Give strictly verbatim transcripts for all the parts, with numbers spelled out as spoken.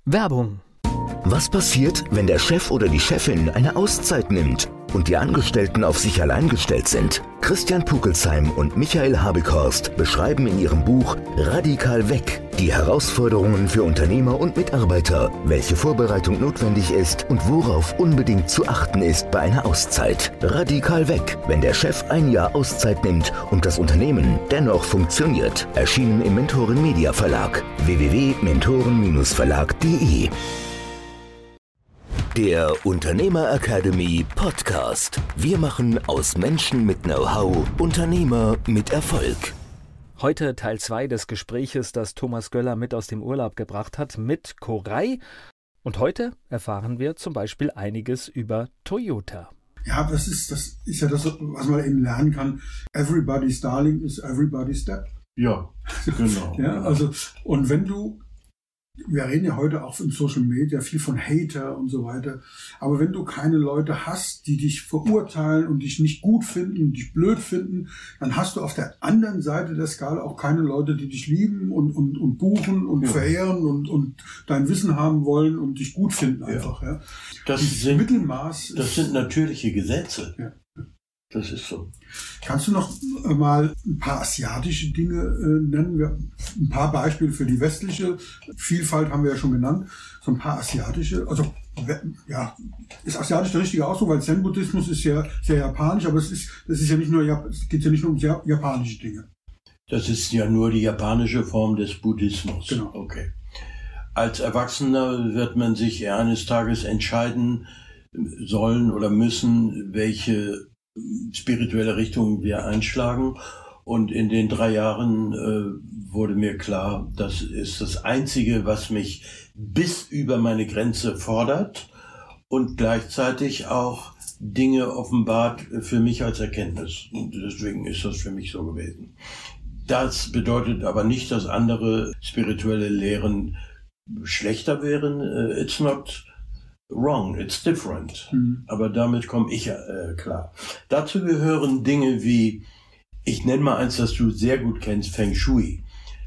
Werbung. Was passiert, wenn der Chef oder die Chefin eine Auszeit nimmt und die Angestellten auf sich allein gestellt sind? Christian Pukelsheim und Michael Habekhorst beschreiben in ihrem Buch Radikal weg die Herausforderungen für Unternehmer und Mitarbeiter, welche Vorbereitung notwendig ist und worauf unbedingt zu achten ist bei einer Auszeit. Radikal weg, wenn der Chef ein Jahr Auszeit nimmt und das Unternehmen dennoch funktioniert. Erschienen im Mentoren Media Verlag. w w w punkt mentoren verlag punkt de Der Unternehmer Academy Podcast. Wir machen aus Menschen mit Know-how Unternehmer mit Erfolg. Heute Teil zwei des Gespräches, das Thomas Göller mit aus dem Urlaub gebracht hat, mit Koray. Und heute erfahren wir zum Beispiel einiges über Toyota. Ja, das ist, das ist ja das, was man eben lernen kann. Everybody's darling is everybody's step. Ja, genau. Ja, also, und wenn du, wir reden ja heute auch in Social Media viel von Hater und so weiter, aber wenn du keine Leute hast, die dich verurteilen und dich nicht gut finden und dich blöd finden, dann hast du auf der anderen Seite der Skala auch keine Leute, die dich lieben und, und, und buchen und ja. verehren und, und dein Wissen haben wollen und dich gut finden einfach. Ja. Ja. Das, sind, Mittelmaß das ist, sind natürliche Gesetze. Ja. Das ist so. Kannst du noch mal ein paar asiatische Dinge äh, nennen? Wir, ein paar Beispiele für die westliche Vielfalt haben wir ja schon genannt. So ein paar asiatische, also ja, ist asiatisch der richtige Ausdruck, weil Zen-Buddhismus ist ja sehr japanisch, aber es ist, das ist ja nicht nur, es geht ja nicht nur um japanische Dinge. Das ist ja nur die japanische Form des Buddhismus. Genau. Okay. Als Erwachsener wird man sich eines Tages entscheiden sollen oder müssen, welche spirituelle Richtung wir einschlagen. Und in den drei Jahren äh, wurde mir klar, das ist das Einzige, was mich bis über meine Grenze fordert und gleichzeitig auch Dinge offenbart für mich als Erkenntnis. Und deswegen ist das für mich so gewesen. Das bedeutet aber nicht, dass andere spirituelle Lehren schlechter wären. It's not wrong, it's different. Mhm. Aber damit komme ich äh, klar. Dazu gehören Dinge wie, ich nenne mal eins, das du sehr gut kennst, Feng Shui.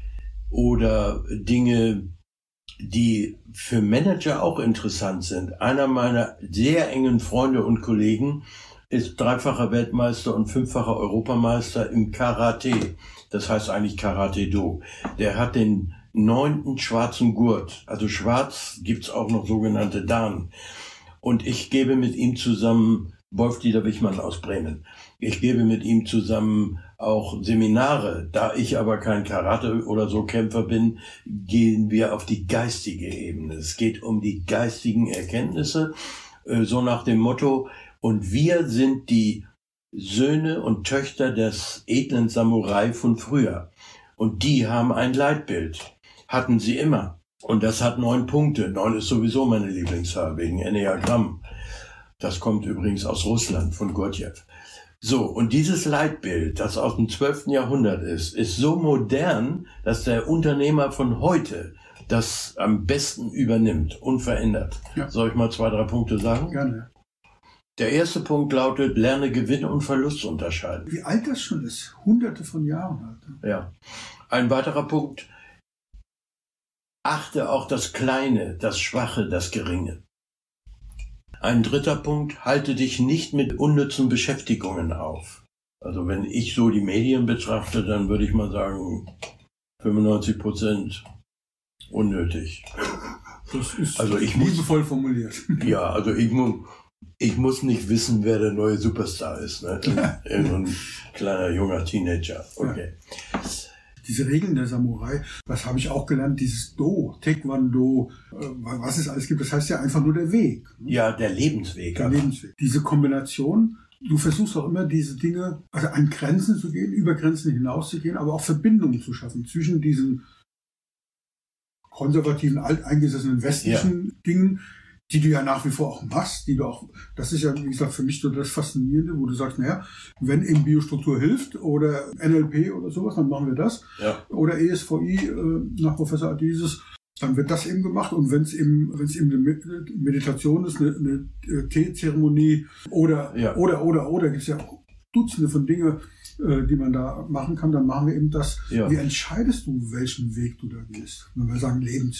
Oder Dinge, die für Manager auch interessant sind. Einer meiner sehr engen Freunde und Kollegen ist dreifacher Weltmeister und fünffacher Europameister im Karate. Das heißt eigentlich Karate-Do. Der hat den neunten schwarzen Gurt. Also schwarz gibt's auch noch sogenannte Dan. Und ich gebe mit ihm zusammen, Wolf-Dieter Wichmann aus Bremen, ich gebe mit ihm zusammen auch Seminare. Da ich aber kein Karate oder so Kämpfer bin, gehen wir auf die geistige Ebene. Es geht um die geistigen Erkenntnisse, so nach dem Motto, und wir sind die Söhne und Töchter des edlen Samurai von früher. Und die haben ein Leitbild. Hatten sie immer. Und das hat neun Punkte. Neun ist sowieso meine Lieblingszahl wegen Enneagramm. Das kommt übrigens aus Russland, von Gurdjieff. So, und dieses Leitbild, das aus dem zwölften Jahrhundert ist, ist so modern, dass der Unternehmer von heute das am besten übernimmt, unverändert. Ja. Soll ich mal zwei, drei Punkte sagen? Gerne. Der erste Punkt lautet, lerne Gewinn und Verlust unterscheiden. Wie alt das schon ist? Hunderte von Jahren alt. Ja. Ein weiterer Punkt, achte auch das Kleine, das Schwache, das Geringe. Ein dritter Punkt, halte dich nicht mit unnützen Beschäftigungen auf. Also wenn ich so die Medien betrachte, dann würde ich mal sagen, fünfundneunzig Prozent unnötig. Das ist also ich liebevoll muss, formuliert. Ja, also ich muss, ich muss nicht wissen, wer der neue Superstar ist. Ne? Irgendein kleiner, junger Teenager. Okay. Ja. Diese Regeln der Samurai, das habe ich auch gelernt, dieses Do, Taekwondo, was es alles gibt, das heißt ja einfach nur der Weg. Ne? Ja, der Lebensweg. Der Lebensweg. Diese Kombination, du versuchst auch immer diese Dinge, also an Grenzen zu gehen, über Grenzen hinaus zu gehen, aber auch Verbindungen zu schaffen zwischen diesen konservativen, alteingesessenen westlichen ja. Dingen, die du ja nach wie vor auch machst, die du auch, das ist ja, wie gesagt, für mich so das Faszinierende, wo du sagst, naja, wenn eben Biostruktur hilft oder N L P oder sowas, dann machen wir das. Ja. Oder E S V I äh, nach Professor Adizes, dann wird das eben gemacht. Und wenn es eben, wenn es eben eine Meditation ist, eine, eine Teezeremonie oder, ja. oder, oder, oder, gibt es ja Dutzende von Dingen, äh, die man da machen kann, dann machen wir eben das. Ja. Wie entscheidest du, welchen Weg du da gehst? Wenn wir sagen Lebensweg.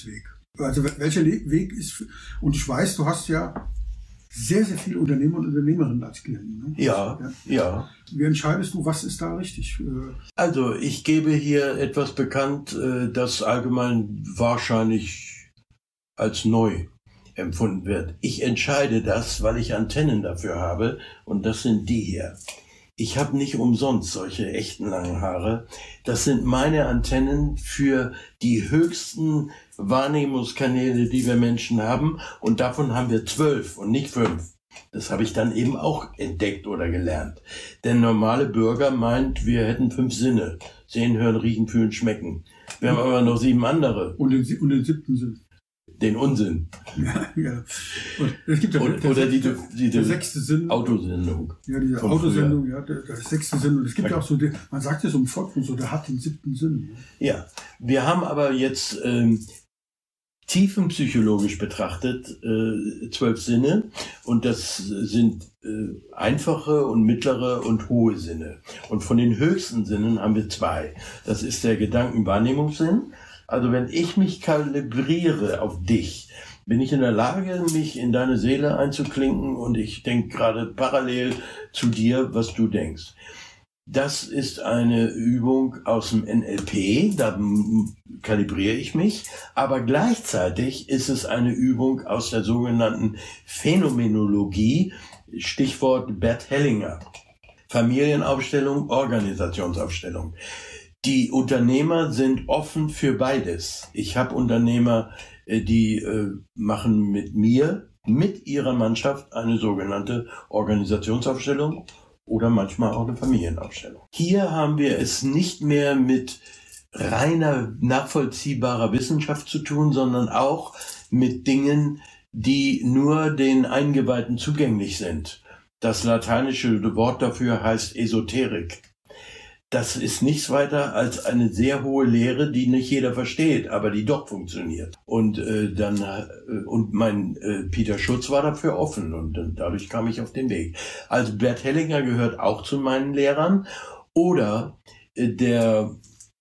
Also welcher Weg ist, und ich weiß, du hast ja sehr, sehr viele Unternehmer und Unternehmerinnen als Klienten. Ne? Ja, ja, ja. Wie entscheidest du, was ist da richtig? Also ich gebe hier etwas bekannt, das allgemein wahrscheinlich als neu empfunden wird. Ich entscheide das, weil ich Antennen dafür habe, und das sind die hier. Ich habe nicht umsonst solche echten langen Haare. Das sind meine Antennen für die höchsten Wahrnehmungskanäle, die wir Menschen haben. Und davon haben wir zwölf und nicht fünf. Das habe ich dann eben auch entdeckt oder gelernt. Der normale Bürger meint, wir hätten fünf Sinne. Sehen, hören, riechen, fühlen, schmecken. Wir haben aber noch sieben andere. Und den, und den siebten Sinn. Den Unsinn. Ja, ja. Und es gibt ja oder der, oder der, die, die, der sechste Sinn. Autosendung. Ja, diese Autosendung, ja, der, der sechste Sinn. Und es gibt ja auch so, den, man sagt ja so im Volksmund so, der hat den siebten Sinn. Ja, wir haben aber jetzt ähm, tiefenpsychologisch betrachtet äh, zwölf Sinne, und das sind äh, einfache und mittlere und hohe Sinne. Und von den höchsten Sinnen haben wir zwei. Das ist der Gedankenwahrnehmungssinn. Also wenn ich mich kalibriere auf dich, bin ich in der Lage, mich in deine Seele einzuklinken, und ich denke gerade parallel zu dir, was du denkst. Das ist eine Übung aus dem N L P, da kalibriere ich mich, aber gleichzeitig ist es eine Übung aus der sogenannten Phänomenologie, Stichwort Bert Hellinger. Familienaufstellung, Organisationsaufstellung. Die Unternehmer sind offen für beides. Ich habe Unternehmer, die äh, machen mit mir, mit ihrer Mannschaft eine sogenannte Organisationsaufstellung oder manchmal auch eine Familienaufstellung. Hier haben wir es nicht mehr mit reiner, nachvollziehbarer Wissenschaft zu tun, sondern auch mit Dingen, die nur den Eingeweihten zugänglich sind. Das lateinische Wort dafür heißt Esoterik. Das ist nichts weiter als eine sehr hohe Lehre, die nicht jeder versteht, aber die doch funktioniert. Und äh, dann äh, und mein äh, Peter Schutz war dafür offen, und äh, dadurch kam ich auf den Weg. Also Bert Hellinger gehört auch zu meinen Lehrern, oder äh, der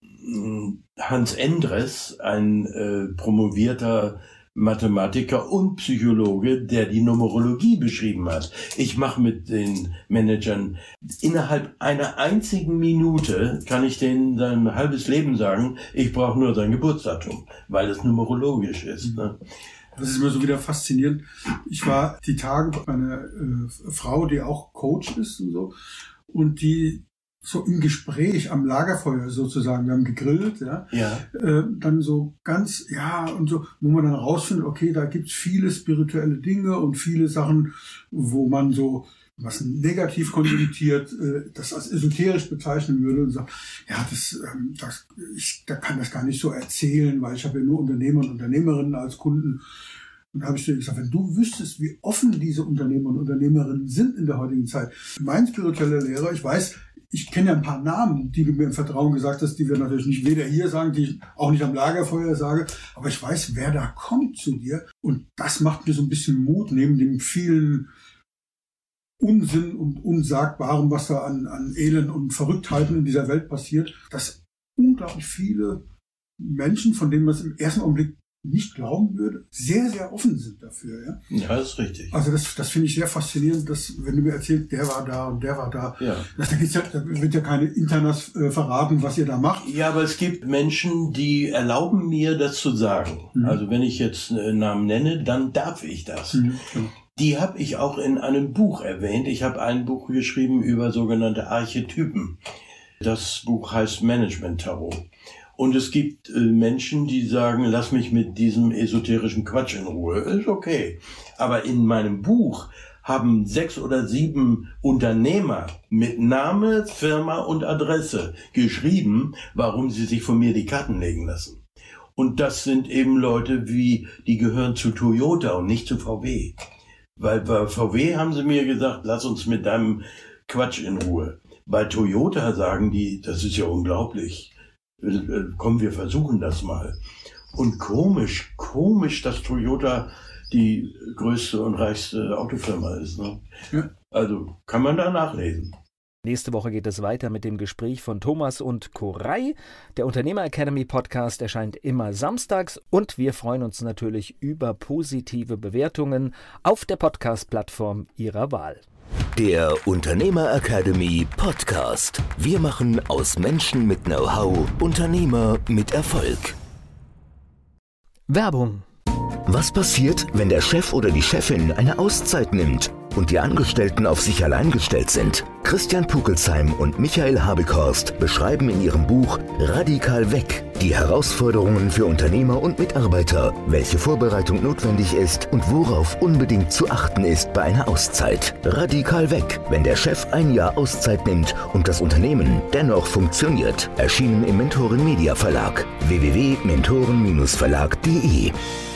äh, Hans Endres, ein äh, promovierter Mathematiker und Psychologe, der die Numerologie beschrieben hat. Ich mache mit den Managern innerhalb einer einzigen Minute, kann ich denen sein halbes Leben sagen, ich brauche nur sein Geburtsdatum, weil es numerologisch ist. Ne? Das ist immer so wieder faszinierend. Ich war die Tage bei einer äh, Frau, die auch Coach ist und so, und die so im Gespräch am Lagerfeuer sozusagen, wir haben gegrillt, ja, ja. Äh, dann so ganz, ja, und so, wo man dann rausfindet, okay, da gibt's viele spirituelle Dinge und viele Sachen, wo man so was negativ konjunktiert, äh, das als esoterisch bezeichnen würde, und sagt, ja, das, ähm, das, ich da kann das gar nicht so erzählen, weil ich habe ja nur Unternehmer und Unternehmerinnen als Kunden. Und da habe ich dir gesagt, wenn du wüsstest, wie offen diese Unternehmer und Unternehmerinnen sind in der heutigen Zeit. Mein spiritueller Lehrer, ich weiß, ich kenne ja ein paar Namen, die du mir im Vertrauen gesagt hast, die wir natürlich nicht weder hier sagen, die ich auch nicht am Lagerfeuer sage, aber ich weiß, wer da kommt zu dir. Und das macht mir so ein bisschen Mut, neben dem vielen Unsinn und Unsagbarem, was da an, an Elend und Verrücktheiten in dieser Welt passiert, dass unglaublich viele Menschen, von denen man es im ersten Augenblick nicht glauben würde, sehr, sehr offen sind dafür. Ja, ja, das ist richtig. Also das, das finde ich sehr faszinierend, dass, wenn du mir erzählst, der war da und der war da, ja. das, da, ja, da wird ja keine Internas äh, verraten, was ihr da macht. Ja, aber es gibt Menschen, die erlauben mir, das zu sagen. Mhm. Also wenn ich jetzt einen Namen nenne, dann darf ich das. Mhm. Die habe ich auch in einem Buch erwähnt. Ich habe ein Buch geschrieben über sogenannte Archetypen. Das Buch heißt Management Tarot. Und es gibt äh, Menschen, die sagen, lass mich mit diesem esoterischen Quatsch in Ruhe. Ist okay. Aber in meinem Buch haben sechs oder sieben Unternehmer mit Name, Firma und Adresse geschrieben, warum sie sich von mir die Karten legen lassen. Und das sind eben Leute, wie die gehören zu Toyota und nicht zu V W. Weil bei V W haben sie mir gesagt, lass uns mit deinem Quatsch in Ruhe. Bei Toyota sagen die, das ist ja unglaublich. Komm, wir versuchen das mal. Und komisch, komisch, dass Toyota die größte und reichste Autofirma ist. Ne? Ja. Also kann man da nachlesen. Nächste Woche geht es weiter mit dem Gespräch von Thomas und Koray. Der Unternehmer Academy Podcast erscheint immer samstags und wir freuen uns natürlich über positive Bewertungen auf der Podcast-Plattform Ihrer Wahl. Der Unternehmer Academy Podcast. Wir machen aus Menschen mit Know-how Unternehmer mit Erfolg. Werbung. Was passiert, wenn der Chef oder die Chefin eine Auszeit nimmt und die Angestellten auf sich allein gestellt sind? Christian Pukelsheim und Michael Habekhorst beschreiben in ihrem Buch Radikal weg die Herausforderungen für Unternehmer und Mitarbeiter, welche Vorbereitung notwendig ist und worauf unbedingt zu achten ist bei einer Auszeit. Radikal weg, wenn der Chef ein Jahr Auszeit nimmt und das Unternehmen dennoch funktioniert. Erschienen im Mentoren Media Verlag. w w w punkt mentoren Bindestrich verlag punkt de